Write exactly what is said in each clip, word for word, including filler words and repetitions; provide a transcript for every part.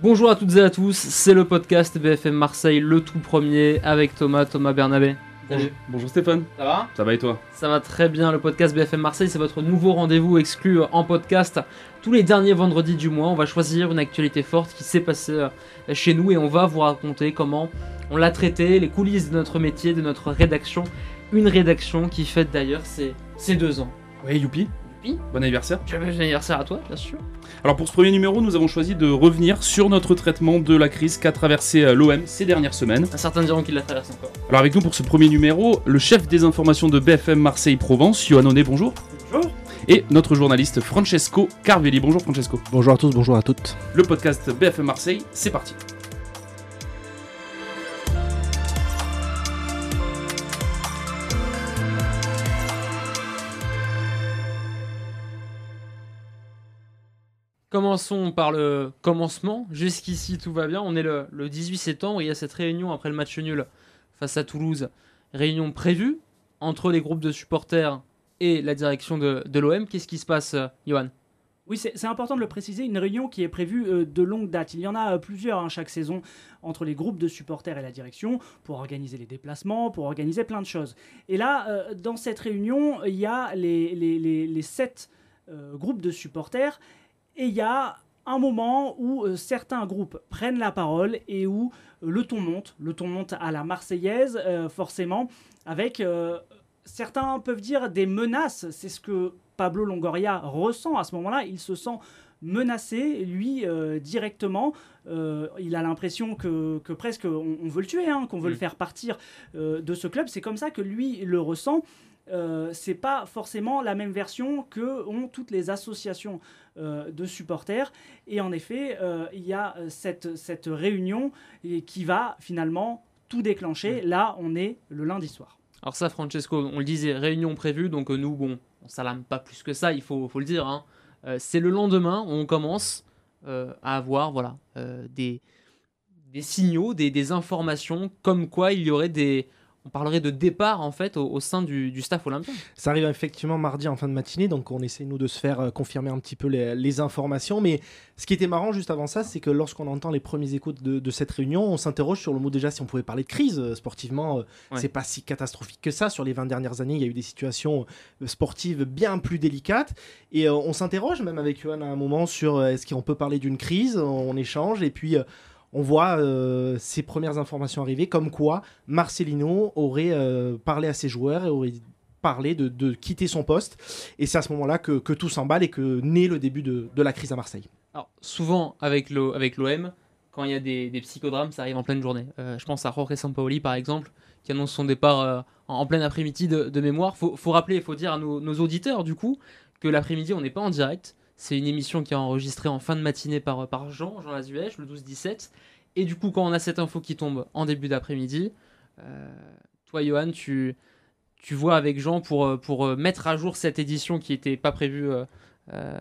Bonjour à toutes et à tous, c'est le podcast B F M Marseille, le tout premier, avec Thomas, Thomas Bernabé. Salut. Bonjour Stéphane. Ça va ? Ça va et toi ? Ça va très bien, le podcast B F M Marseille, c'est votre nouveau rendez-vous exclu en podcast. Tous les derniers vendredis du mois, on va choisir une actualité forte qui s'est passée chez nous et on va vous raconter comment on l'a traité, les coulisses de notre métier, de notre rédaction. Une rédaction qui fête d'ailleurs ses, ses deux ans. Ouais, youpi. Youpi. Bon anniversaire. Joyeux anniversaire à toi, bien sûr. Alors pour ce premier numéro, nous avons choisi de revenir sur notre traitement de la crise qu'a traversé l'O M ces dernières semaines. Certains diront qu'il la traverse encore. Alors avec nous pour ce premier numéro, le chef des informations de B F M Marseille Provence, Yoann Onnet, bonjour. Bonjour. Et notre journaliste Francesco Carvelli. Bonjour Francesco. Bonjour à tous, bonjour à toutes. Le podcast B F M Marseille, c'est parti. Commençons par le commencement. Jusqu'ici, tout va bien. On est le, le dix-huit septembre. Il y a cette réunion après le match nul face à Toulouse. Réunion prévue entre les groupes de supporters et la direction de, de l'O M. Qu'est-ce qui se passe, euh, Yoann ? Oui, c'est, c'est important de le préciser, une réunion qui est prévue euh, de longue date. Il y en a euh, plusieurs hein, chaque saison entre les groupes de supporters et la direction pour organiser les déplacements, pour organiser plein de choses. Et là, euh, dans cette réunion, il y a les, les, les, les sept euh, groupes de supporters et il y a un moment où euh, certains groupes prennent la parole et où euh, le ton monte. Le ton monte à la Marseillaise, euh, forcément, avec... Euh, certains peuvent dire des menaces. C'est ce que Pablo Longoria ressent à ce moment-là. Il se sent menacé, lui, euh, directement. Euh, il a l'impression que, que presque on, on veut le tuer, hein, qu'on veut mmh. le faire partir euh, de ce club. C'est comme ça que lui le ressent. Euh, c'est pas forcément la même version que ont toutes les associations euh, de supporters. Et en effet, euh, il y a cette, cette réunion qui va finalement tout déclencher. Mmh. Là, on est le lundi soir. Alors ça, Francesco, on le disait, réunion prévue, donc euh, nous, bon, on s'alarme pas plus que ça, il faut, faut le dire. Hein. Euh, c'est le lendemain, on commence euh, à avoir voilà, euh, des, des signaux, des, des informations, comme quoi il y aurait des... On parlerait de départ en fait au, au sein du, du staff olympien. Ça arrive effectivement mardi en fin de matinée, donc on essaie nous de se faire euh, confirmer un petit peu les, les informations. Mais ce qui était marrant juste avant ça, c'est que lorsqu'on entend les premiers échos de, de cette réunion, on s'interroge sur le mot déjà si on pouvait parler de crise euh, sportivement. Euh, ouais. C'est pas si catastrophique que ça. Sur les vingt dernières années, il y a eu des situations euh, sportives bien plus délicates. Et euh, on s'interroge même avec Yoann à un moment sur euh, est-ce qu'on peut parler d'une crise. On, on échange et puis... Euh, on voit euh, ces premières informations arriver, comme quoi Marcelino aurait euh, parlé à ses joueurs et aurait parlé de, de quitter son poste. Et c'est à ce moment-là que, que tout s'emballe et que naît le début de, de la crise à Marseille. Alors, souvent, avec, le, avec l'O M, quand il y a des, des psychodrames, ça arrive en pleine journée. Euh, je pense à Jorge Sampaoli, par exemple, qui annonce son départ euh, en, en plein après-midi de, de mémoire. Il faut, faut rappeler, il faut dire à nos, nos auditeurs, du coup, que l'après-midi, on n'est pas en direct. C'est une émission qui est enregistrée en fin de matinée par, par Jean, Jean Lazuèche, le douze dix-sept. Et du coup, quand on a cette info qui tombe en début d'après-midi, euh, toi, Yoann, tu, tu vois avec Jean pour, pour mettre à jour cette édition qui n'était pas prévue euh, euh,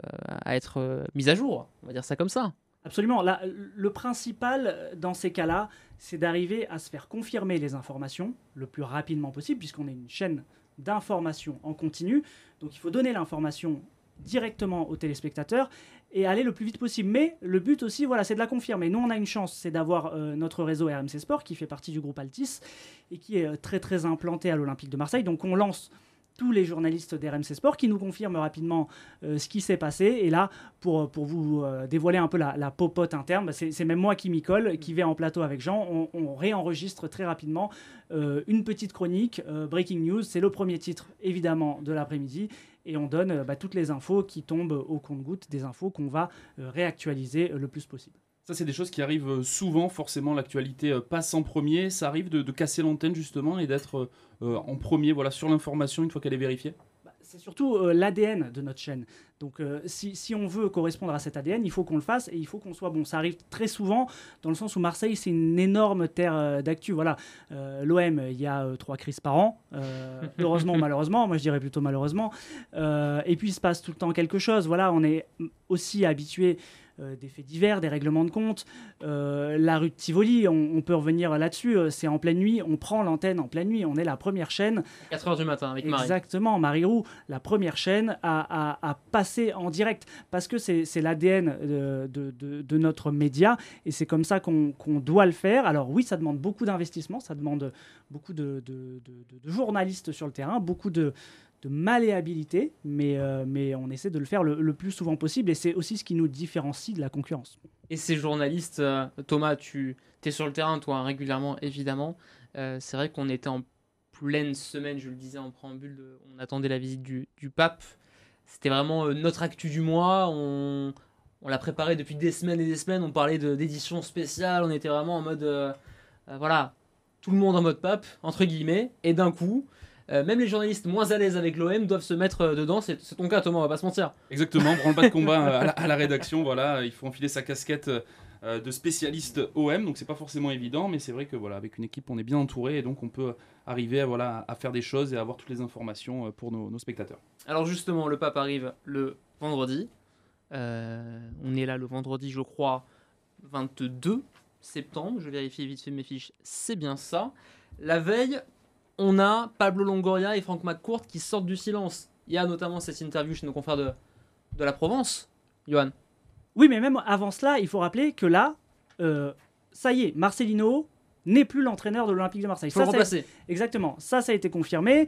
à être euh, mise à jour. On va dire ça comme ça. Absolument. Là, le principal dans ces cas-là, c'est d'arriver à se faire confirmer les informations le plus rapidement possible, puisqu'on est une chaîne d'information en continu. Donc, il faut donner l'information directement aux téléspectateurs et aller le plus vite possible. Mais le but aussi, voilà, c'est de la confirmer. Nous, on a une chance, c'est d'avoir euh, notre réseau R M C Sport qui fait partie du groupe Altis et qui est euh, très très implanté à l'Olympique de Marseille. Donc on lance tous les journalistes d'R M C Sport qui nous confirment rapidement euh, ce qui s'est passé. Et là, pour, pour vous euh, dévoiler un peu la, la popote interne, bah c'est, c'est même moi qui m'y colle, qui vais en plateau avec Jean. On, on réenregistre très rapidement euh, une petite chronique, euh, Breaking News. C'est le premier titre, évidemment, de l'après-midi. Et on donne euh, bah, toutes les infos qui tombent au compte-gouttes, des infos qu'on va euh, réactualiser euh, le plus possible. Ça, c'est des choses qui arrivent souvent. Forcément, l'actualité passe en premier. Ça arrive de, de casser l'antenne, justement, et d'être euh, en premier voilà, sur l'information une fois qu'elle est vérifiée. Bah, c'est surtout euh, l'A D N de notre chaîne. Donc, euh, si, si on veut correspondre à cet A D N, il faut qu'on le fasse et il faut qu'on soit bon. Ça arrive très souvent dans le sens où Marseille, c'est une énorme terre euh, d'actu. Voilà. Euh, L'O M, il y a euh, trois crises par an. Euh, heureusement ou malheureusement. Moi, je dirais plutôt malheureusement. Euh, et puis, il se passe tout le temps quelque chose. Voilà, on est aussi habitué euh, des faits divers, des règlements de compte. Euh, la rue de Tivoli, on, on peut revenir là-dessus, euh, c'est en pleine nuit, on prend l'antenne en pleine nuit, on est la première chaîne. quatre heures du matin avec Marie. Exactement, Marie Roux, la première chaîne à, à, à passer en direct, parce que c'est, c'est l'A D N de, de, de, de notre média, et c'est comme ça qu'on, qu'on doit le faire. Alors oui, ça demande beaucoup d'investissement, ça demande beaucoup de, de, de, de journalistes sur le terrain, beaucoup de, de malléabilité, mais, euh, mais on essaie de le faire le, le plus souvent possible, et c'est aussi ce qui nous différencie de la concurrence. Et ces journalistes, euh, Thomas, tu es sur le terrain, toi, hein, régulièrement, évidemment. Euh, c'est vrai qu'on était en pleine semaine, je le disais en préambule, de, on attendait la visite du, du pape. C'était vraiment euh, notre actu du mois. On, on l'a préparé depuis des semaines et des semaines. On parlait de, d'édition spéciale. On était vraiment en mode... Euh, euh, voilà, tout le monde en mode pape, entre guillemets. Et d'un coup... Euh, même les journalistes moins à l'aise avec l'O M doivent se mettre euh, dedans. C'est, c'est ton cas, Thomas, on va pas se mentir. Exactement, branle-bas de combat à la, à la rédaction. Voilà, il faut enfiler sa casquette euh, de spécialiste O M, donc c'est pas forcément évident, mais c'est vrai que voilà, avec une équipe, on est bien entouré et donc on peut arriver à, voilà, à faire des choses et à avoir toutes les informations pour nos, nos spectateurs. Alors justement, le pape arrive le vendredi. Euh, on est là le vendredi, je crois, vingt-deux septembre. Je vérifie vite fait mes fiches, c'est bien ça. La veille, on a Pablo Longoria et Franck McCourt qui sortent du silence. Il y a notamment cette interview chez nos confrères de, de la Provence. Johan. Oui, mais même avant cela, il faut rappeler que là, euh, ça y est, Marcelino n'est plus l'entraîneur de l'Olympique de Marseille. Il faut ça, le remplacer. Ça a, exactement, ça, ça a été confirmé.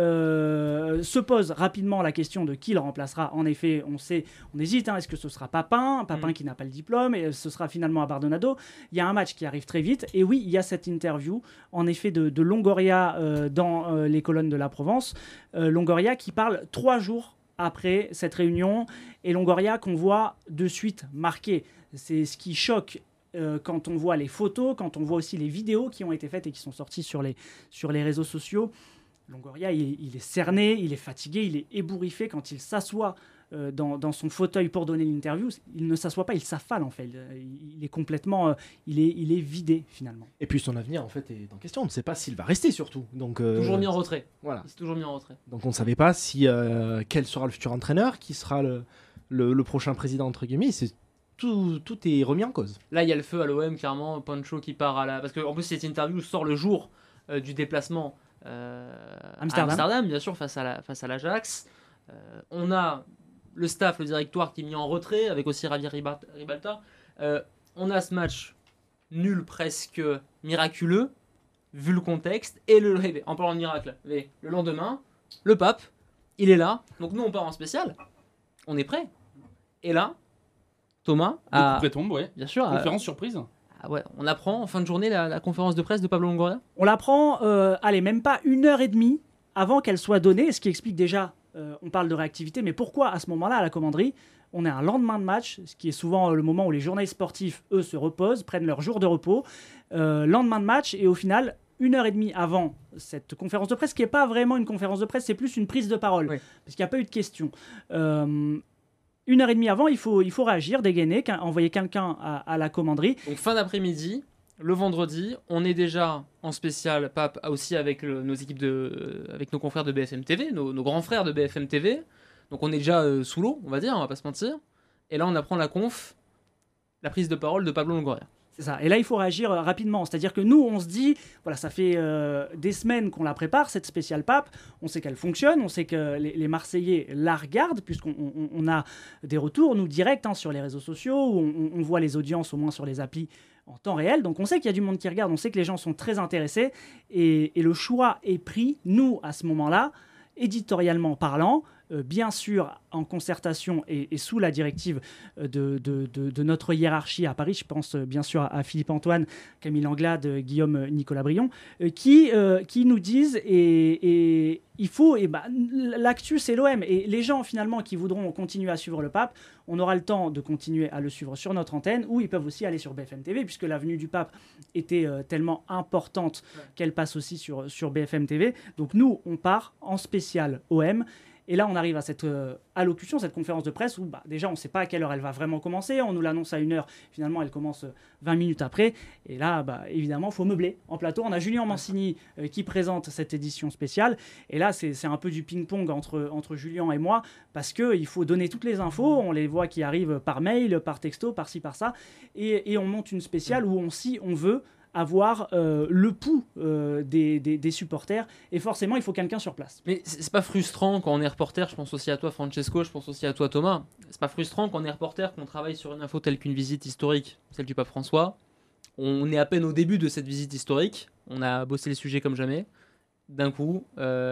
Euh, se pose rapidement la question de qui le remplacera. En effet, on sait, on hésite, hein, est-ce que ce sera Papin, Papin mmh. qui n'a pas le diplôme, et ce sera finalement Abardonado. Il y a un match qui arrive très vite, et oui, il y a cette interview, en effet, de, de Longoria euh, dans euh, les colonnes de la Provence. Euh, Longoria qui parle trois jours après cette réunion, et Longoria qu'on voit de suite marqué. C'est ce qui choque euh, quand on voit les photos, quand on voit aussi les vidéos qui ont été faites et qui sont sorties sur les, sur les réseaux sociaux. Longoria, il, il est cerné, il est fatigué, il est ébouriffé quand il s'assoit euh, dans, dans son fauteuil pour donner l'interview. Il ne s'assoit pas, il s'affale en fait. Il, il est complètement, euh, il est, il est vidé finalement. Et puis son avenir en fait est en question. On ne sait pas s'il va rester surtout. Donc euh, toujours mis en retrait. Voilà. Il s'est toujours mis en retrait. Donc on ne savait pas si euh, quel sera le futur entraîneur, qui sera le, le, le prochain président entre guillemets. C'est Tout, tout est remis en cause. Là, il y a le feu à l'O M, clairement. Pancho qui part à la... Parce qu'en plus, cette interview sort le jour euh, du déplacement euh, Amsterdam. à Amsterdam, bien sûr, face à, la, face à l'Ajax. Euh, on a le staff, le directoire qui est mis en retrait, avec aussi Javier Ribalta. Euh, on a ce match nul, presque miraculeux, vu le contexte. Et le, en parlant de miracle, le lendemain, le pape, il est là. Donc nous, on part en spécial. On est prêt. Et là... Thomas, à... coup près tombe, ouais. Bien sûr. Conférence à... surprise. Ah ouais, on apprend en fin de journée la, la conférence de presse de Pablo Longoria. On l'apprend, euh, allez, même pas une heure et demie avant qu'elle soit donnée, ce qui explique déjà, euh, on parle de réactivité, mais pourquoi à ce moment-là, à la commanderie, on est un lendemain de match, ce qui est souvent le moment où les journalistes sportifs, eux, se reposent, prennent leur jour de repos, euh, lendemain de match, et au final, une heure et demie avant cette conférence de presse, qui n'est pas vraiment une conférence de presse, c'est plus une prise de parole, oui. Parce qu'il n'y a pas eu de questions. Euh, Une heure et demie avant, il faut, il faut réagir, dégainer, envoyer quelqu'un à, à la commanderie. Donc fin d'après-midi, le vendredi, on est déjà en spécial pape aussi avec le, nos équipes de, avec nos confrères de B F M T V, nos, nos grands frères de B F M T V. Donc on est déjà euh, sous l'eau, on va dire, on va pas se mentir. Et là, on apprend la conf, la prise de parole de Pablo Longoria. C'est ça. Et là, il faut réagir euh, rapidement. C'est-à-dire que nous, on se dit, voilà, ça fait euh, des semaines qu'on la prépare, cette spéciale pape. On sait qu'elle fonctionne. On sait que les, les Marseillais la regardent, puisqu'on on, on a des retours, nous, directs, hein, sur les réseaux sociaux, où on, on voit les audiences, au moins sur les applis, en temps réel. Donc, on sait qu'il y a du monde qui regarde. On sait que les gens sont très intéressés. Et, et le choix est pris, nous, à ce moment-là, éditorialement parlant, euh, bien sûr en concertation et, et sous la directive de, de, de, de notre hiérarchie à Paris, je pense euh, bien sûr à, à Philippe Antoine, Camille Anglade, euh, Guillaume euh, Nicolas Brion, euh, qui, euh, qui nous disent et, et il faut, et bah, l'actu c'est l'O M, et les gens finalement qui voudront continuer à suivre le pape, on aura le temps de continuer à le suivre sur notre antenne, ou ils peuvent aussi aller sur B F M T V, puisque la venue du pape était euh, tellement importante ouais. qu'elle passe aussi sur, sur B F M T V. Donc nous, on part en spécial O M, Et là, on arrive à cette euh, allocution, cette conférence de presse où bah, déjà, on ne sait pas à quelle heure elle va vraiment commencer. On nous l'annonce à une heure. Finalement, elle commence vingt minutes après. Et là, bah, évidemment, il faut meubler en plateau. On a Julien Mancini euh, qui présente cette édition spéciale. Et là, c'est un peu du ping-pong entre, entre Julien et moi parce qu'il faut donner toutes les infos. On les voit qui arrivent par mail, par texto, par-ci, par-ça. Et, et on monte une spéciale où on, si on veut, avoir euh, le pouls euh, des, des, des supporters et forcément il faut quelqu'un sur place. Mais c'est pas frustrant quand on est reporter, je pense aussi à toi Francesco, je pense aussi à toi Thomas, c'est pas frustrant quand on est reporter, qu'on travaille sur une info telle qu'une visite historique, celle du pape François, on est à peine au début de cette visite historique, on a bossé le sujet comme jamais, d'un coup,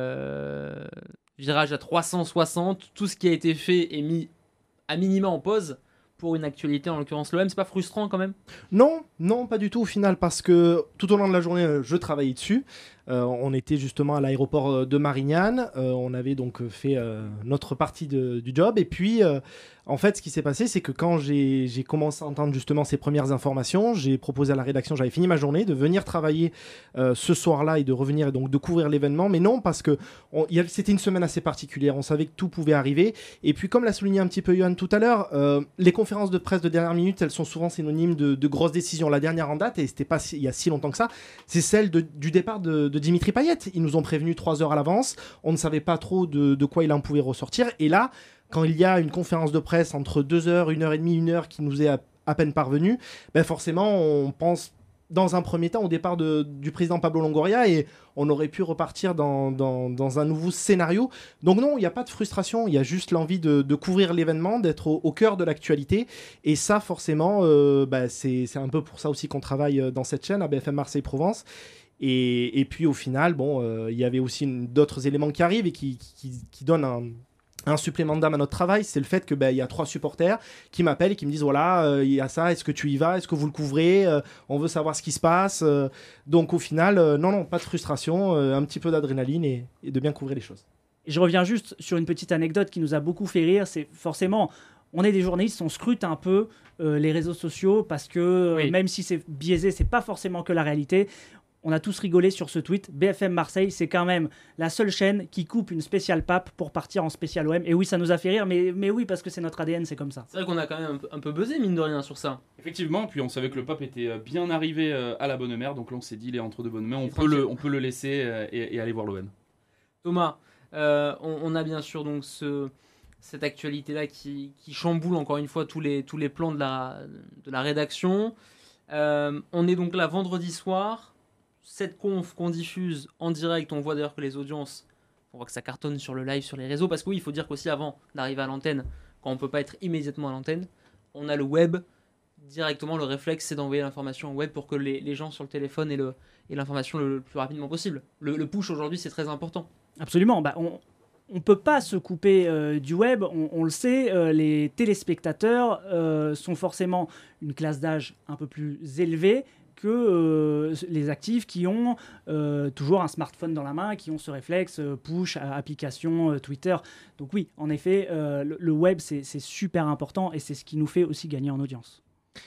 euh, virage à trois cent soixante, tout ce qui a été fait est mis à minima en pause, pour une actualité, en l'occurrence l'O M, c'est pas frustrant quand même? Non, non, pas du tout au final, parce que tout au long de la journée, je travaillais dessus. Euh, on était justement à l'aéroport de Marignane, euh, on avait donc fait euh, notre partie de, du job, et puis euh, en fait ce qui s'est passé c'est que quand j'ai commencé à entendre justement ces premières informations, j'ai proposé à la rédaction, j'avais fini ma journée, de venir travailler euh, ce soir-là et de revenir et donc de couvrir l'événement, mais non parce que c'était une semaine assez particulière, on savait que tout pouvait arriver, et puis comme l'a souligné un petit peu Johan tout à l'heure, euh, les conférences de presse de dernière minute, elles sont souvent synonymes de, de grosses décisions. La dernière en date, et c'était pas si, il y a si longtemps que ça, c'est celle de, du départ de, de Dimitri Payet. Ils nous ont prévenu trois heures à l'avance. On ne savait pas trop de, de quoi il en pouvait ressortir. Et là, quand il y a une conférence de presse entre deux heures, une heure et demie, une heure qui nous est à, à peine parvenue, ben forcément, on pense dans un premier temps au départ de, du président Pablo Longoria et on aurait pu repartir dans, dans, dans un nouveau scénario. Donc non, il n'y a pas de frustration, il y a juste l'envie de, de couvrir l'événement, d'être au, au cœur de l'actualité. Et ça, forcément, euh, bah, c'est un peu pour ça aussi qu'on travaille dans cette chaîne, à B F M Marseille-Provence. Et, et puis au final, bon, euh, il y avait aussi d'autres éléments qui arrivent et qui, qui, qui donnent un... un supplément d'âme à notre travail, c'est le fait que ben, y a trois supporters qui m'appellent et qui me disent voilà, il euh, y a ça, est-ce que tu y vas, est-ce que vous le couvrez, euh, on veut savoir ce qui se passe. Euh, donc au final, euh, non, non, pas de frustration, euh, un petit peu d'adrénaline et, et de bien couvrir les choses. Et je reviens juste sur une petite anecdote qui nous a beaucoup fait rire, c'est forcément, on est des journalistes, on scrute un peu euh, les réseaux sociaux parce que oui. euh, même si c'est biaisé, c'est pas forcément que la réalité. On a tous rigolé sur ce tweet. B F M Marseille, c'est quand même la seule chaîne qui coupe une spéciale pape pour partir en spécial O M. Et oui, ça nous a fait rire, mais, mais oui, parce que c'est notre A D N, c'est comme ça. C'est vrai qu'on a quand même un peu, un peu buzzé, mine de rien, sur ça. Effectivement, puis on savait que le pape était bien arrivé à la bonne mère, donc là on s'est dit, il est entre de bonnes mains, on peut, le, on peut le laisser et, et aller voir l'O M. Thomas, euh, on, on a bien sûr donc ce, cette actualité-là qui, qui chamboule encore une fois tous les, tous les plans de la, de la rédaction. Euh, on est donc là vendredi soir. Cette conf qu'on diffuse en direct, on voit d'ailleurs que les audiences, on voit que ça cartonne sur le live, sur les réseaux, parce que oui, il faut dire qu'aussi avant d'arriver à l'antenne, quand on ne peut pas être immédiatement à l'antenne, on a le web, directement le réflexe c'est d'envoyer l'information au web pour que les, les gens sur le téléphone aient l'information le, le plus rapidement possible. Le, le push aujourd'hui c'est très important. Absolument, bah, on ne peut pas se couper euh, du web, on, on le sait, euh, les téléspectateurs euh, sont forcément une classe d'âge un peu plus élevée, que euh, les actifs qui ont euh, toujours un smartphone dans la main, qui ont ce réflexe euh, push, application, euh, Twitter. Donc oui, en effet, euh, le, le web, c'est super important et c'est ce qui nous fait aussi gagner en audience.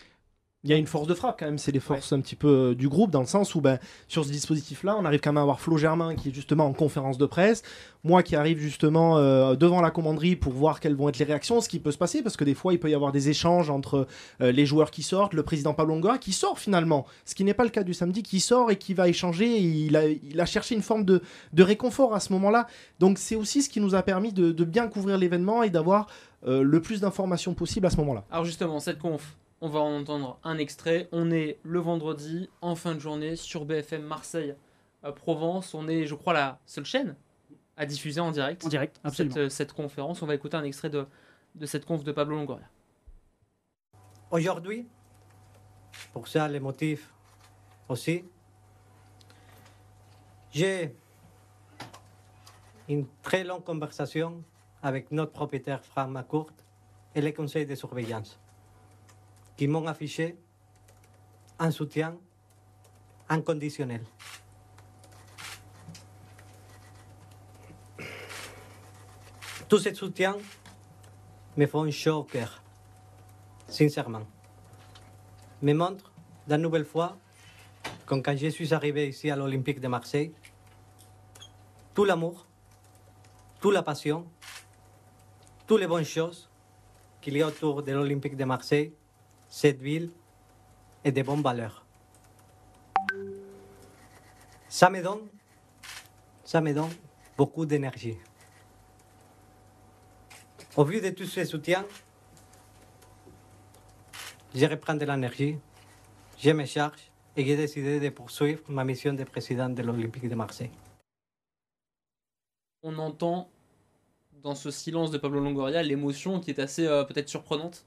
Il y a une force de frappe quand même, c'est les forces ouais. un petit peu euh, du groupe, dans le sens où ben, sur ce dispositif-là, on arrive quand même à avoir Flo Germain qui est justement en conférence de presse, moi qui arrive justement euh, devant la commanderie pour voir quelles vont être les réactions, ce qui peut se passer, parce que des fois il peut y avoir des échanges entre euh, les joueurs qui sortent, le président Pablo Longoria qui sort finalement, ce qui n'est pas le cas du samedi, qui sort et qui va échanger, et il, a, il a cherché une forme de, de réconfort à ce moment-là, donc c'est aussi ce qui nous a permis de, de bien couvrir l'événement et d'avoir euh, le plus d'informations possible à ce moment-là. Alors justement, cette conf, on va en entendre un extrait. On est le vendredi, en fin de journée, sur B F M Marseille euh, Provence. On est, je crois, la seule chaîne à diffuser en direct. En direct, absolument. Cette, cette conférence. On va écouter un extrait de, de cette conf de Pablo Longoria. Aujourd'hui, pour ça, les motifs aussi, j'ai une très longue conversation avec notre propriétaire Franck Macourt et le conseil de surveillance, qui m'ont affiché un soutien inconditionnel. Tout ce soutien me font chaud au cœur, sincèrement. Me montre d'une nouvelle fois, comme quand je suis arrivé ici à l'Olympique de Marseille, tout l'amour toute la passion, toutes les bonnes choses qu'il y a autour de l'Olympique de Marseille, cette ville, et des bonnes valeurs. Ça me donne, ça me donne beaucoup d'énergie. Au vu de tous ces soutiens, je reprends de l'énergie, je me charge et j'ai décidé de poursuivre ma mission de président de l'Olympique de Marseille. On entend dans ce silence de Pablo Longoria l'émotion qui est assez euh, peut-être surprenante.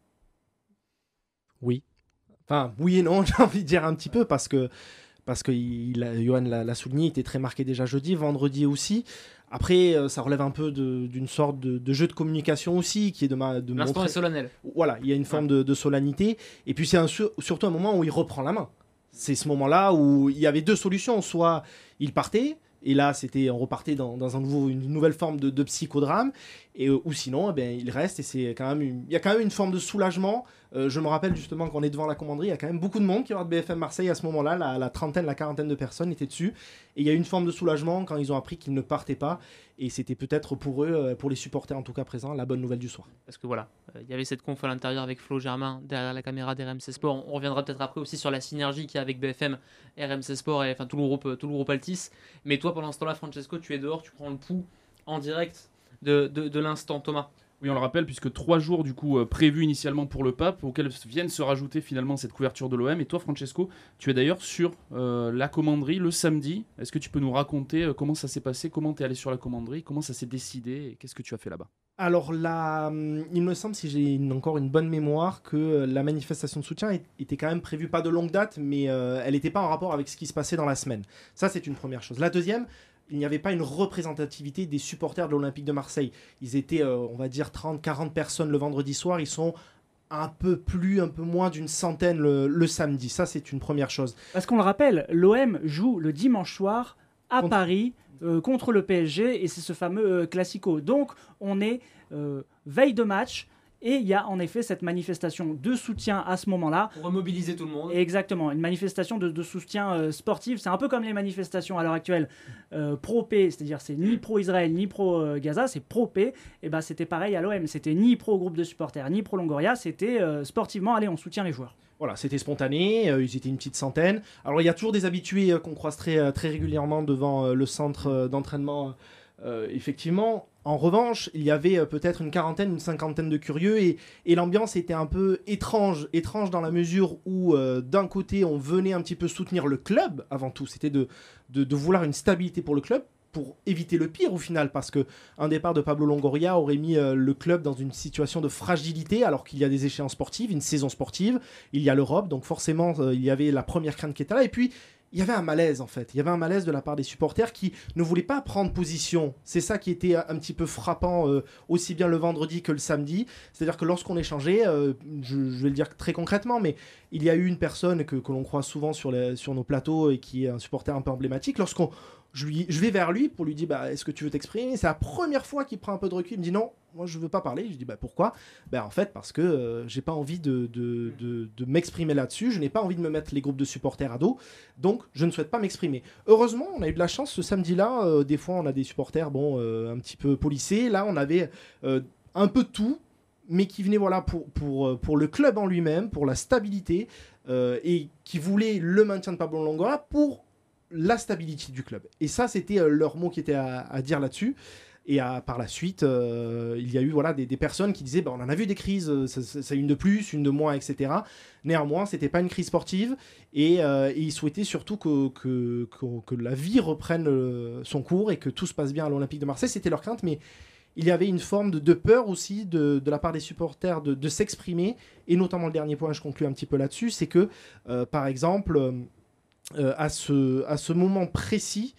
Oui. Enfin, oui et non, j'ai envie de dire un petit peu, parce que, parce que il a, Johan l'a, l'a souligné, il était très marqué déjà jeudi, vendredi aussi. Après, euh, ça relève un peu de, d'une sorte de, de jeu de communication aussi, qui est de, ma, de L'instant montrer... est solennel. Voilà, il y a une forme ouais. de, de solennité. Et puis c'est un, surtout un moment où il reprend la main. C'est ce moment-là où il y avait deux solutions. Soit il partait, et là c'était, on repartait dans, dans un nouveau, une nouvelle forme de, de psychodrame, et, euh, ou sinon eh bien, il reste, et c'est quand même une, il y a quand même une forme de soulagement. Euh, je me rappelle justement qu'on est devant la commanderie, il y a quand même beaucoup de monde qui regarde B F M Marseille à ce moment-là, la, la trentaine, la quarantaine de personnes étaient dessus, et il y a eu une forme de soulagement quand ils ont appris qu'ils ne partaient pas, et c'était peut-être pour eux, pour les supporters en tout cas présents, la bonne nouvelle du soir. Parce que voilà, il euh, y avait cette conf à l'intérieur avec Flo Germain derrière la caméra d'R M C Sport. On reviendra peut-être après aussi sur la synergie qu'il y a avec B F M, R M C Sport et enfin tout le groupe, tout le groupe Altis. Mais toi, pendant ce temps-là, Francesco, tu es dehors, tu prends le pouls en direct de, de, de l'instant. Thomas. Oui, on le rappelle, puisque trois jours du coup euh, prévus initialement pour le Pape, auxquels viennent se rajouter finalement cette couverture de l'O M. Et toi, Francesco, tu es d'ailleurs sur euh, la commanderie le samedi. Est-ce que tu peux nous raconter euh, comment ça s'est passé, comment tu es allé sur la commanderie, comment ça s'est décidé et qu'est-ce que tu as fait là-bas? Alors là, il me semble, si j'ai une, encore une bonne mémoire, que la manifestation de soutien était quand même prévue, pas de longue date, mais euh, elle n'était pas en rapport avec ce qui se passait dans la semaine. Ça, c'est une première chose. La deuxième, il n'y avait pas une représentativité des supporters de l'Olympique de Marseille. Ils étaient, euh, on va dire, trente à quarante personnes le vendredi soir. Ils sont un peu plus, un peu moins d'une centaine le, le samedi. Ça, c'est une première chose. Parce qu'on le rappelle, l'O M joue le dimanche soir à contre... Paris euh, contre le P S G, et c'est ce fameux euh, Classico. Donc, on est euh, veille de match. Et il y a en effet cette manifestation de soutien à ce moment-là. Pour remobiliser tout le monde. Exactement, une manifestation de, de soutien euh, sportif. C'est un peu comme les manifestations à l'heure actuelle euh, pro-P, c'est-à-dire c'est ni pro-Israël ni pro-Gaza, c'est pro-P. Et ben c'était pareil à l'O M, c'était ni pro-groupe de supporters ni pro-Longoria, c'était euh, sportivement, allez, on soutient les joueurs. Voilà, c'était spontané, euh, ils étaient une petite centaine. Alors il y a toujours des habitués euh, qu'on croise très, euh, très régulièrement devant euh, le centre euh, d'entraînement, euh, effectivement. En revanche, il y avait euh, peut-être une quarantaine, une cinquantaine de curieux, et, et l'ambiance était un peu étrange, étrange dans la mesure où euh, d'un côté on venait un petit peu soutenir le club, avant tout, c'était de, de, de vouloir une stabilité pour le club, pour éviter le pire au final, parce qu'un départ de Pablo Longoria aurait mis euh, le club dans une situation de fragilité, alors qu'il y a des échéances sportives, une saison sportive, il y a l'Europe, donc forcément euh, il y avait la première crainte qui était là, et puis il y avait un malaise en fait, il y avait un malaise de la part des supporters qui ne voulaient pas prendre position. C'est ça qui était un petit peu frappant euh, aussi bien le vendredi que le samedi. C'est-à-dire que lorsqu'on échangeait, euh, je, je vais le dire très concrètement, mais il y a eu une personne que, que l'on croise souvent sur, les, sur nos plateaux et qui est un supporter un peu emblématique. Lorsqu'on Je, lui, je vais vers lui pour lui dire bah, est-ce que tu veux t'exprimer? C'est la première fois qu'il prend un peu de recul. Il me dit non, moi je veux pas parler. Je dis bah, pourquoi? Bah, en fait, parce que euh, j'ai pas envie de, de, de, de m'exprimer là-dessus. Je n'ai pas envie de me mettre les groupes de supporters à dos. Donc je ne souhaite pas m'exprimer. Heureusement, on a eu de la chance ce samedi-là. Euh, des fois, on a des supporters bon, euh, un petit peu policiers. Là, on avait euh, un peu de tout, mais qui venaient voilà, pour, pour, pour le club en lui-même, pour la stabilité, euh, et qui voulaient le maintien de Pablo Longoria pour la stabilité du club. Et ça, c'était euh, leur mot qui était à, à dire là-dessus. Et à, par la suite, euh, il y a eu voilà, des, des personnes qui disaient bah, on en a vu des crises, ça, ça, ça, une de plus, une de moins, et cetera. Néanmoins, ce n'était pas une crise sportive. Et, euh, et ils souhaitaient surtout que, que, que, que la vie reprenne euh, son cours et que tout se passe bien à l'Olympique de Marseille. C'était leur crainte, mais il y avait une forme de, de peur aussi de, de la part des supporters de, de s'exprimer. Et notamment, le dernier point, je conclue un petit peu là-dessus, c'est que, euh, par exemple, euh, à, ce, à ce moment précis,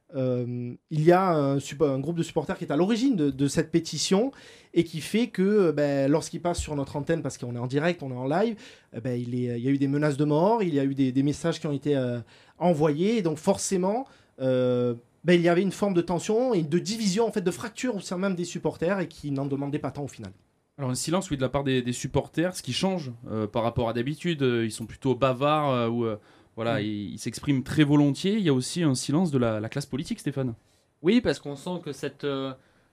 Euh, il y a un, un groupe de supporters qui est à l'origine de, de cette pétition et qui fait que ben, lorsqu'il passe sur notre antenne, parce qu'on est en direct, on est en live, ben, il, est, il y a eu des menaces de mort, il y a eu des, des messages qui ont été euh, envoyés, et donc forcément euh, ben, il y avait une forme de tension et de division, en fait, de fracture au sein même des supporters, et qui n'en demandaient pas tant au final. Alors un silence, oui, de la part des, des supporters, ce qui change euh, par rapport à d'habitude, euh, ils sont plutôt bavards euh, ou... Euh... Voilà, mmh. il, il s'exprime très volontiers. Il y a aussi un silence de la, la classe politique, Stéphane. Oui, parce qu'on sent que cette, euh,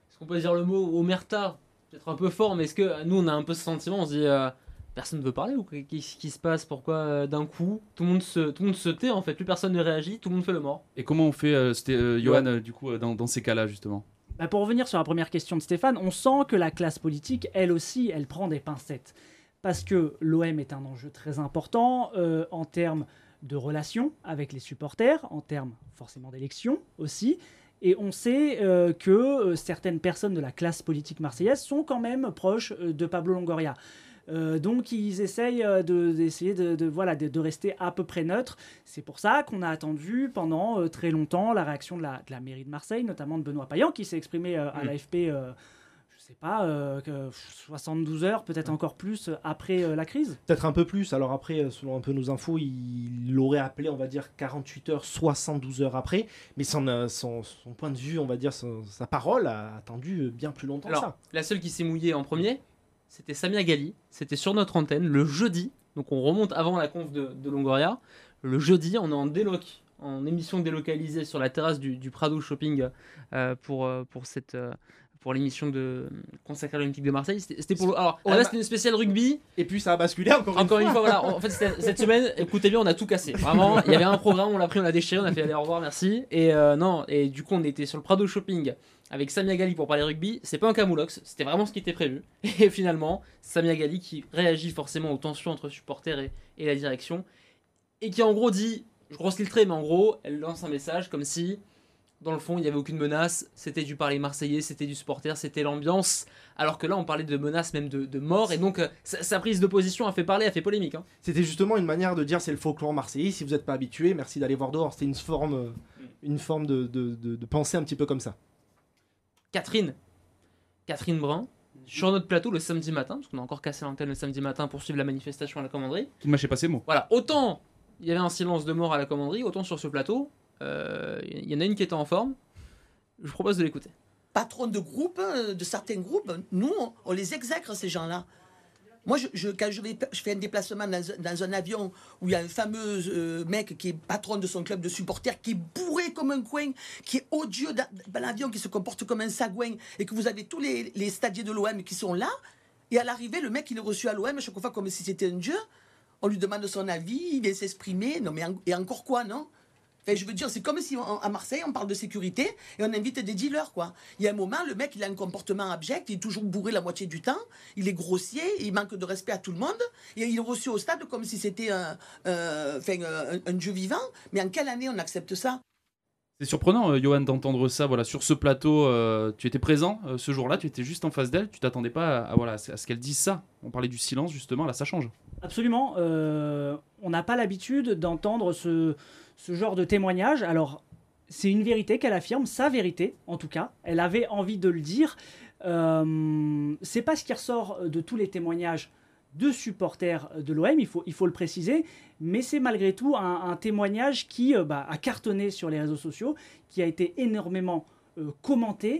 est-ce qu'on peut dire le mot omerta, peut-être un peu fort, mais est-ce que nous on a un peu ce sentiment, on se dit euh, personne ne veut parler ou qu'est-ce qui se passe, pourquoi euh, d'un coup tout le monde se tout le monde se tait en fait, plus personne ne réagit, tout le monde fait le mort. Et comment on fait, euh, c'était euh, Johan, euh, du coup, euh, dans, dans ces cas-là justement? Bah pour revenir sur la première question de Stéphane, on sent que la classe politique, elle aussi, elle prend des pincettes. Parce que l'O M est un enjeu très important euh, en termes de relations avec les supporters, en termes forcément d'élections aussi. Et on sait euh, que euh, certaines personnes de la classe politique marseillaise sont quand même proches euh, de Pablo Longoria. Euh, donc ils essayent euh, de, d'essayer de, de, voilà, de, de rester à peu près neutre. C'est pour ça qu'on a attendu pendant euh, très longtemps la réaction de la, de la mairie de Marseille, notamment de Benoît Payan, qui s'est exprimé euh, à mmh. l'A F P, euh, je sais pas, euh, que soixante-douze heures, peut-être encore plus, après euh, la crise. Peut-être un peu plus. Alors après, selon un peu nos infos, il l'aurait appelé, on va dire, quarante-huit heures, soixante-douze heures après. Mais son, son, son point de vue, on va dire, son, sa parole a attendu bien plus longtemps Alors, que ça. la seule qui s'est mouillée en premier, c'était Samia Ghali. C'était sur notre antenne le jeudi. Donc on remonte avant la conf de, de Longoria. Le jeudi, on est en déloc, en émission délocalisée sur la terrasse du, du Prado Shopping euh, pour, pour, cette, euh, pour l'émission de consacrée à l'Olympique de Marseille. C'était, c'était pour le, alors Ouais, là, bah, c'était une spéciale rugby. Et puis ça a basculé encore, Encore une une fois. fois, voilà. En fait, c'était- cette semaine, écoutez bien, on a tout cassé. Vraiment, il y avait un programme, on l'a pris, on l'a déchiré, on a fait allez, au revoir, merci. Et euh, non, et du coup, on était sur le Prado Shopping avec Samia Ghali pour parler rugby. C'est pas un camoulox, c'était vraiment ce qui était prévu. Et finalement, Samia Ghali qui réagit forcément aux tensions entre supporters et, et la direction. Et qui en gros dit, je grosse le trait, mais en gros, elle lance un message comme si, dans le fond, il n'y avait aucune menace. C'était du parler marseillais, c'était du supporter, c'était l'ambiance. Alors que là, on parlait de menaces, même de, de mort. Et donc, euh, sa, sa prise de position a fait parler, a fait polémique. Hein. C'était justement une manière de dire c'est le folklore marseillais. Si vous n'êtes pas habitué, merci d'aller voir dehors. C'était une forme, euh, une forme de, de, de, de pensée un petit peu comme ça. Catherine, Catherine Brun, sur notre plateau le samedi matin, parce qu'on a encore cassé l'antenne le samedi matin pour suivre la manifestation à la commanderie. Qui ne mâchait pas ses mots. Voilà, autant il y avait un silence de mort à la commanderie, autant sur ce plateau, il euh, y en a une qui était en forme. Je vous propose de l'écouter. Patrons de groupes, de certains groupes, nous, on, on les exècre, ces gens-là. Moi, je, je, quand je, vais, je fais un déplacement dans, dans un avion où il y a un fameux euh, mec qui est patron de son club de supporters, qui est bourré comme un coin, qui est odieux dans, dans l'avion, qui se comporte comme un sagouin, et que vous avez tous les, les stadiers de l'O M qui sont là, et à l'arrivée, le mec, il est reçu à l'O M, chaque fois comme si c'était un dieu, on lui demande son avis, il vient s'exprimer, non mais en, et encore quoi, non? Enfin, je veux dire, c'est comme si on, à Marseille, on parle de sécurité et on invite des dealers, quoi. Il y a un moment, le mec, il a un comportement abject, il est toujours bourré la moitié du temps, il est grossier, il manque de respect à tout le monde, et il est reçu au stade comme si c'était un, euh, enfin, un, un dieu vivant. Mais en quelle année on accepte ça? C'est surprenant, euh, Johan, d'entendre ça voilà, sur ce plateau. Euh, tu étais présent euh, ce jour-là, tu étais juste en face d'elle, tu t'attendais pas à, à, voilà, à ce qu'elle dise ça. On parlait du silence, justement, là, ça change. Absolument. Euh, on n'a pas l'habitude d'entendre ce, ce genre de témoignage. Alors, c'est une vérité qu'elle affirme, sa vérité, en tout cas. Elle avait envie de le dire. Euh, c'est pas ce qui ressort de tous les témoignages de supporters de l'O M, il faut, il faut le préciser, mais c'est malgré tout un, un témoignage qui euh, bah, a cartonné sur les réseaux sociaux, qui a été énormément euh, commenté.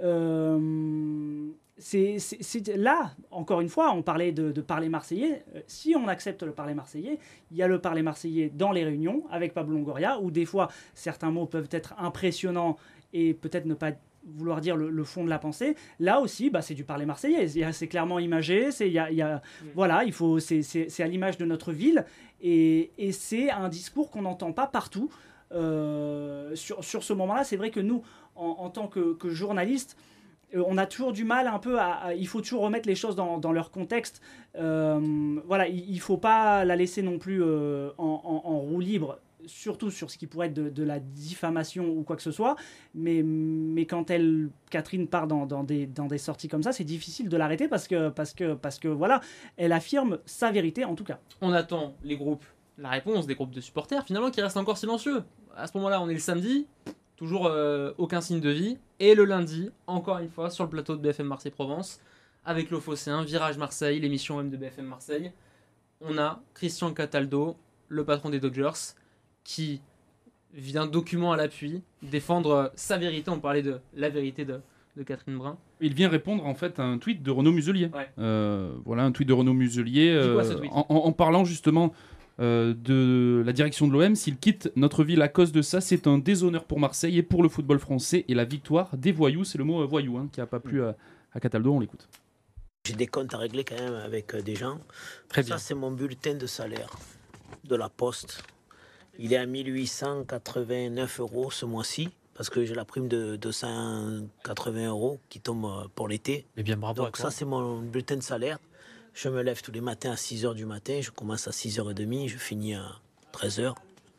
Euh, c'est, c'est, c'est, là, encore une fois, on parlait de, de parler marseillais. Euh, si on accepte le parler marseillais, il y a le parler marseillais dans les réunions avec Pablo Longoria, où des fois, certains mots peuvent être impressionnants et peut-être ne pas vouloir dire le, le fond de la pensée. Là aussi, bah, c'est du parler marseillais. C'est clairement imagé. C'est, y a, y a, mmh. voilà, il faut, c'est, c'est, c'est à l'image de notre ville. Et, et c'est un discours qu'on n'entend pas partout. Euh, sur, sur ce moment-là, c'est vrai que nous, en, en tant que, que journalistes, euh, on a toujours du mal un peu à, à... Il faut toujours remettre les choses dans, dans leur contexte. Euh, voilà, il ne faut pas la laisser non plus euh, en, en, en roue libre, surtout sur ce qui pourrait être de, de la diffamation ou quoi que ce soit, mais, mais quand elle, Catherine part dans, dans, des, dans des sorties comme ça, c'est difficile de l'arrêter parce que, parce, que, parce que voilà, elle affirme sa vérité en tout cas. On attend les groupes, la réponse des groupes de supporters finalement qui restent encore silencieux. À ce moment-là, on est le samedi, toujours euh, aucun signe de vie, et le lundi, encore une fois, sur le plateau de B F M Marseille-Provence, avec le Phocéen, Virage Marseille, l'émission même de B F M Marseille, on a Christian Cataldo, le patron des Dodgers, qui vient document à l'appui défendre sa vérité. On parlait de la vérité de, de Catherine Brun. Il vient répondre en fait à un tweet de Renaud Muselier. Ouais. Euh, voilà un tweet de Renaud Muselier euh, quoi, ce tweet en, en, en parlant justement euh, de la direction de l'O M. S'il quitte notre ville à cause de ça, c'est un déshonneur pour Marseille et pour le football français et la victoire des voyous. C'est le mot euh, voyou hein, qui n'a pas plu à, à Cataldo, on l'écoute. J'ai des comptes à régler quand même avec euh, des gens. Très Ça, bien. c'est mon bulletin de salaire de la Poste. Il est à mille huit cent quatre-vingt-neuf euros ce mois-ci, parce que j'ai la prime de deux cent quatre-vingts euros qui tombe euh, pour l'été. Eh bien, bravo. Donc ça, c'est mon bulletin de salaire. Je me lève tous les matins à six heures du matin. Je commence à six heures trente, je finis à treize heures.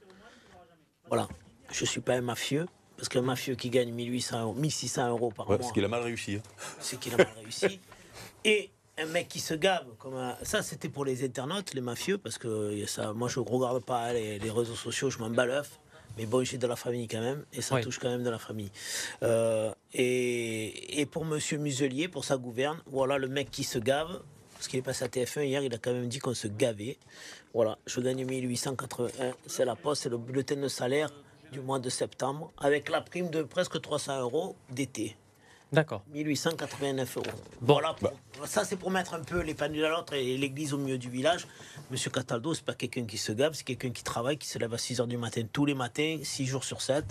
Voilà. Je ne suis pas un mafieux, parce qu'un mafieux qui gagne mille huit cents euros, mille six cents euros par Ouais, mois, ce qu'il a mal réussi. Hein. c'est qu'il a mal réussi. Et un mec qui se gave, comme un... ça c'était pour les internautes, les mafieux, parce que ça, moi je ne regarde pas les, les réseaux sociaux, je m'en bats l'œuf. Mais bon, j'ai de la famille quand même, et ça Oui. touche quand même de la famille. Euh, et, et pour Monsieur Muselier, pour sa gouverne, voilà le mec qui se gave, parce qu'il est passé à T F un hier, il a quand même dit qu'on se gavait. Voilà, je gagne mille huit cent quatre-vingt-un, c'est la poste, c'est le bulletin de salaire du mois de septembre, avec la prime de presque trois cents euros d'été. D'accord. mille huit cent quatre-vingt-neuf euros. Bon. Voilà, pour- ça c'est pour mettre un peu les pendules à l'autre et l'église au milieu du village. Monsieur Cataldo, c'est pas quelqu'un qui se gave, c'est quelqu'un qui travaille, qui se lève à six heures du matin tous les matins, six jours sur sept.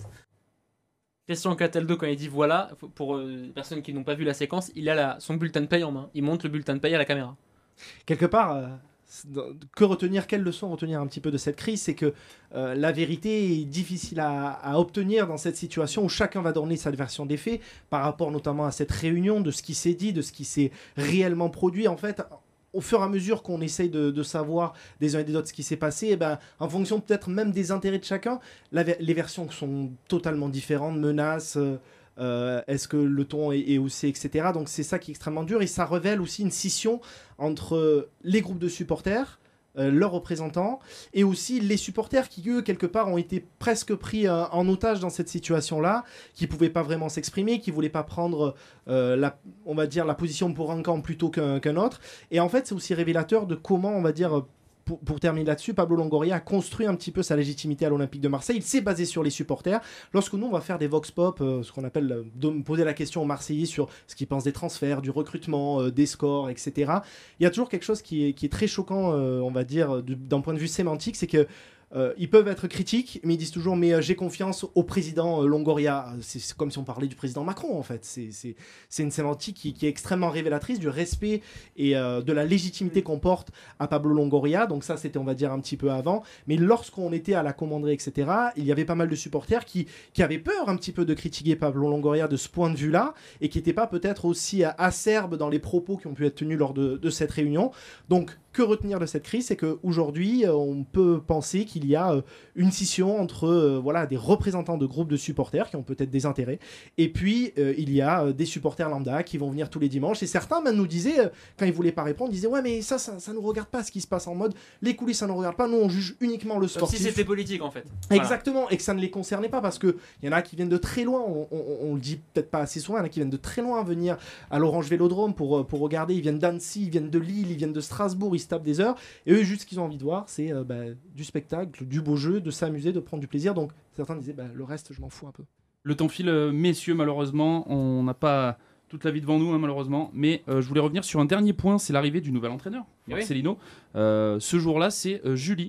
Christian Cataldo, quand il dit voilà, faut- pour euh, les personnes qui n'ont pas vu la séquence, il a la- son bulletin de paye en main. Il montre le bulletin de paye à la caméra. Quelque part, euh, c'est dans- que retenir, quelle leçon retenir un petit peu de cette crise, c'est que euh, la vérité est difficile à, à obtenir dans cette situation où chacun va donner sa version des faits par rapport notamment à cette réunion, de ce qui s'est dit, de ce qui s'est réellement produit. En fait, au fur et à mesure qu'on essaye de, de savoir des uns et des autres ce qui s'est passé, et ben, en fonction peut-être même des intérêts de chacun, la ver- les versions sont totalement différentes, menaces, euh, euh, est-ce que le ton est, est haussé, et cetera. Donc c'est ça qui est extrêmement dur et ça révèle aussi une scission entre les groupes de supporters, euh, leurs représentants, et aussi les supporters qui, eux, quelque part, ont été presque pris euh, en otage dans cette situation-là, qui ne pouvaient pas vraiment s'exprimer, qui ne voulaient pas prendre, euh, la, on va dire, la position pour un camp plutôt qu'un qu'un autre. Et en fait, c'est aussi révélateur de comment, on va dire, pour, pour terminer là-dessus, Pablo Longoria a construit un petit peu sa légitimité à l'Olympique de Marseille. Il s'est basé sur les supporters. Lorsque nous, on va faire des vox pop, euh, ce qu'on appelle euh, de me poser la question aux Marseillais sur ce qu'ils pensent des transferts, du recrutement, euh, des scores, et cetera. Il y a toujours quelque chose qui est, qui est très choquant, euh, on va dire, du- d'un point de vue sémantique, c'est que euh, ils peuvent être critiques, mais ils disent toujours mais euh, j'ai confiance au président euh, Longoria. C'est c'est comme si on parlait du président Macron en fait. C'est c'est- c'est une sémantique qui, qui est extrêmement révélatrice du respect et euh, de la légitimité qu'on porte à Pablo Longoria. Donc ça c'était on va dire un petit peu avant. Mais lorsqu'on était à la commanderie et cetera, il y avait pas mal de supporters qui, qui avaient peur un petit peu de critiquer Pablo Longoria de ce point de vue-là et qui n'étaient pas peut-être aussi euh, acerbes dans les propos qui ont pu être tenus lors de, de cette réunion. Donc que retenir de cette crise, c'est qu'aujourd'hui, euh, on peut penser qu'il y a euh, une scission entre euh, voilà, des représentants de groupes de supporters qui ont peut-être des intérêts, et puis euh, il y a euh, des supporters lambda qui vont venir tous les dimanches, et certains même nous disaient, euh, quand ils ne voulaient pas répondre, ils disaient « Ouais, mais ça, ça ne nous regarde pas ce qui se passe en mode, les coulisses, ça ne nous regarde pas, nous on juge uniquement le Comme sportif. » si c'était politique en fait. Voilà. Exactement, et que ça ne les concernait pas parce qu'il y en a qui viennent de très loin, on, on, on le dit peut-être pas assez souvent, il y en a qui viennent de très loin venir à l'Orange Vélodrome pour, euh, pour regarder, ils viennent d'Annecy, ils viennent de Lille, ils viennent de Strasbourg, ils se tapent des heures, et eux juste ce qu'ils ont envie de voir c'est euh, bah, du spectacle, du beau jeu, de s'amuser, de prendre du plaisir, donc certains disaient bah, le reste je m'en fous un peu. Le temps file, euh, messieurs, malheureusement, on n'a pas toute la vie devant nous, hein, malheureusement, mais euh, je voulais revenir sur un dernier point, c'est l'arrivée du nouvel entraîneur, Oui. Marcelino. Euh, ce jour-là, c'est euh, Julie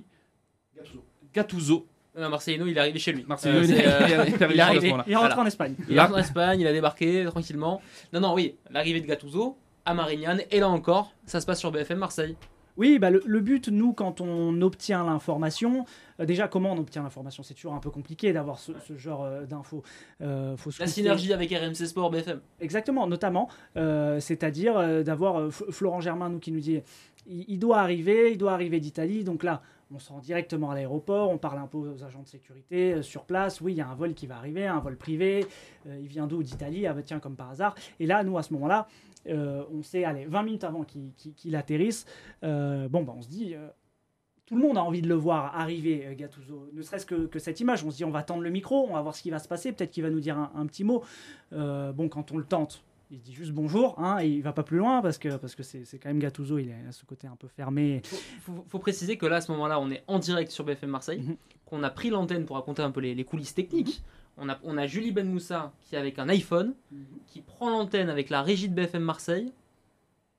Gattuso. Non, Marcelino, il est arrivé chez lui. Marcelino, Euh, il est- c'est, euh, il est arrivé il est chez lui à ce arrivé. moment-là. Il est rentré Voilà. en Espagne. Il est rentré en Espagne, il a débarqué tranquillement. Non, non, oui, l'arrivée de Gattuso à Marignane, et là encore, ça se passe sur B F M Marseille. Oui, bah le, le but, nous, quand on obtient l'information, euh, déjà, comment on obtient l'information? C'est toujours un peu compliqué d'avoir ce, ce genre euh, d'infos. Euh, faut se La confier- synergie avec R M C Sport, B F M. Exactement, notamment, euh, c'est-à-dire euh, d'avoir euh, F- Florent Germain, nous, qui nous dit il, il doit arriver, il doit arriver d'Italie, donc là, on se rend directement à l'aéroport, on parle un peu aux agents de sécurité euh, sur place, oui, il y a un vol qui va arriver, un vol privé, euh, il vient d'où? D'Italie, ah bah tiens, comme par hasard. Et là, nous, à ce moment-là, euh, on sait, allez, vingt minutes avant qu'il qu'il- qu'il atterrisse, euh, bon, bah, on se dit... euh, tout le monde a envie de le voir arriver, euh, Gattuso. Ne serait-ce que, que cette image. On se dit, on va tendre le micro, on va voir ce qui va se passer. Peut-être qu'il va nous dire un, un petit mot. Euh, bon, quand on le tente, il dit juste bonjour, hein, et il va pas plus loin parce que parce que c'est c'est quand même Gattuso. Il a ce côté un peu fermé. Faut, faut- faut préciser que là, à ce moment-là, on est en direct sur B F M Marseille, Mhm. qu'on a pris l'antenne pour raconter un peu les, les coulisses techniques. On a, on a Julie Ben Moussa qui est avec un iPhone, qui prend l'antenne avec la régie de B F M Marseille,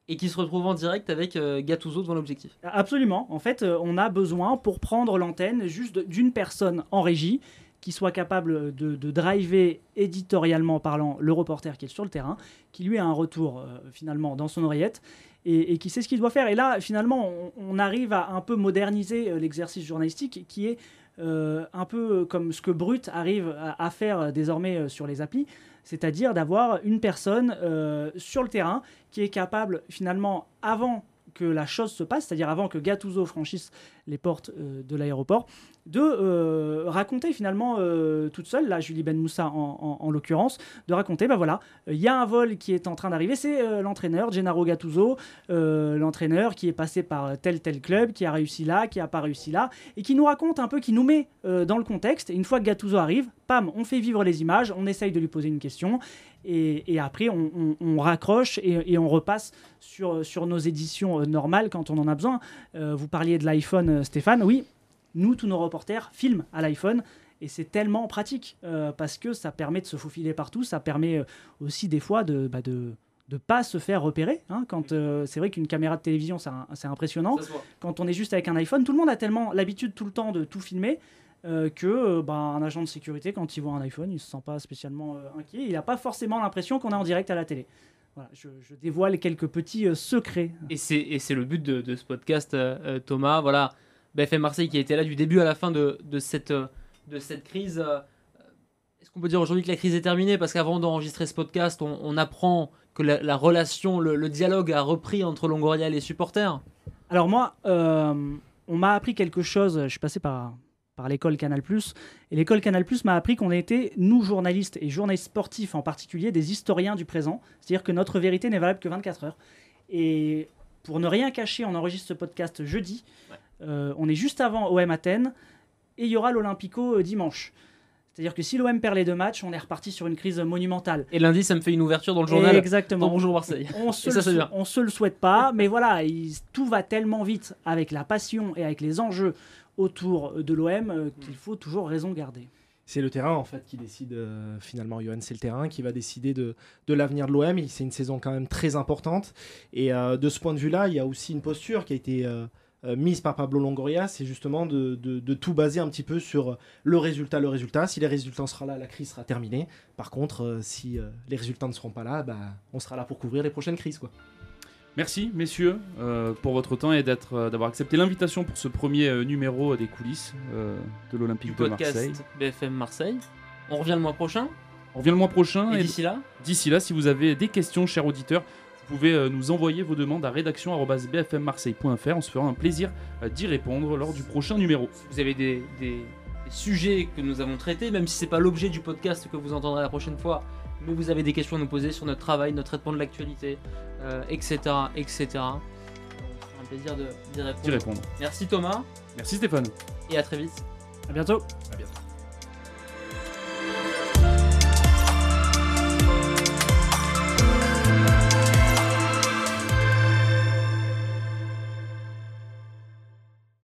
et qui se retrouve en direct avec euh, Gattuso devant l'objectif. Absolument. En fait, euh, on a besoin, pour prendre l'antenne, juste d'une personne en régie qui soit capable de, de driver éditorialement parlant le reporter qui est sur le terrain, qui lui a un retour euh, finalement dans son oreillette et, et qui sait ce qu'il doit faire. Et là, finalement, on, on arrive à un peu moderniser euh, l'exercice journalistique qui est euh, un peu comme ce que Brut arrive à, à faire désormais euh, sur les applis, c'est-à-dire d'avoir une personne euh, sur le terrain qui est capable finalement, avant que la chose se passe, c'est-à-dire avant que Gattuso franchisse les portes euh, de l'aéroport, de euh, raconter finalement euh, toute seule, là Julie Ben Moussa en, en, en l'occurrence, de raconter, ben voilà, il euh, y a un vol qui est en train d'arriver, c'est euh, l'entraîneur, Gennaro Gattuso, euh, l'entraîneur qui est passé par tel tel club, qui a réussi là, qui a pas réussi là, et qui nous raconte un peu, qui nous met euh, dans le contexte, et une fois que Gattuso arrive, pam, on fait vivre les images, on essaye de lui poser une question, et, et après on, on, on raccroche et, et on repasse sur, sur nos éditions euh, normales quand on en a besoin. Euh, vous parliez de l'iPhone, euh, Stéphane, oui, nous, tous nos reporters filment à l'iPhone et c'est tellement pratique euh, parce que ça permet de se faufiler partout, ça permet euh, aussi des fois de bah, de de pas se faire repérer. Hein, quand euh, c'est vrai qu'une caméra de télévision, c'est, un, c'est impressionnant. Quand on est juste avec un iPhone, tout le monde a tellement l'habitude tout le temps de tout filmer euh, que euh, bah, un agent de sécurité, quand il voit un iPhone, il se sent pas spécialement euh, inquiet. Il n'a pas forcément l'impression qu'on est en direct à la télé. Voilà, je, je dévoile quelques petits euh, secrets. Et c'est, et c'est le but de, de ce podcast, euh, Thomas. Voilà, B F M Marseille qui a été là du début à la fin de, de, cette, de cette crise. Euh, est-ce qu'on peut dire aujourd'hui que la crise est terminée? Parce qu'avant d'enregistrer ce podcast, on, on apprend que la, la relation, le, le dialogue a repris entre Longoria et les supporters. Alors moi, euh, on m'a appris quelque chose. Je suis passé par... par l'école Canal+. Et l'école Canal+, m'a appris qu'on était, nous journalistes, et journalistes sportifs en particulier, des historiens du présent. C'est-à-dire que notre vérité n'est valable que vingt-quatre heures. Et pour ne rien cacher, on enregistre ce podcast jeudi. Ouais. Euh, on est juste avant O M Athènes. Et il y aura l'Olympico euh, dimanche. C'est-à-dire que si l'O M perd les deux matchs, on est reparti sur une crise monumentale. Et lundi, ça me fait une ouverture dans le journal. Exactement. Dans Bonjour Marseille. On se, ça, le, on se le souhaite pas, mais voilà, il, tout va tellement vite avec la passion et avec les enjeux autour de l'O M euh, qu'il faut toujours raison garder. C'est le terrain en fait qui décide euh, finalement, Johan, c'est le terrain qui va décider de, de l'avenir de l'O M. C'est une saison quand même très importante et euh, de ce point de vue-là, il y a aussi une posture qui a été euh, euh, mise par Pablo Longoria, c'est justement de, de, de tout baser un petit peu sur le résultat, le résultat. Si les résultats seront là, la crise sera terminée. Par contre, euh, si euh, les résultats ne seront pas là, bah, on sera là pour couvrir les prochaines crises, quoi. Merci messieurs euh, pour votre temps et d'être, euh, d'avoir accepté l'invitation pour ce premier euh, numéro des coulisses euh, de l'Olympique du de Marseille. Podcast B F M Marseille. On revient le mois prochain. On revient le mois prochain. Et, et d'ici là D'ici là, si vous avez des questions, chers auditeurs, vous pouvez euh, nous envoyer vos demandes à rédaction arobase b f m marseille point f r. On se fera un plaisir euh, d'y répondre lors du prochain numéro. Si vous avez des, des, des sujets que nous avons traités, même si ce n'est pas l'objet du podcast que vous entendrez la prochaine fois, mais vous avez des questions à nous poser sur notre travail, notre traitement de l'actualité, euh, et cetera, et cetera. On fera un plaisir de, d'y répondre. d'y répondre. Merci Thomas. Merci Stéphane. Et à très vite. À bientôt. À bientôt.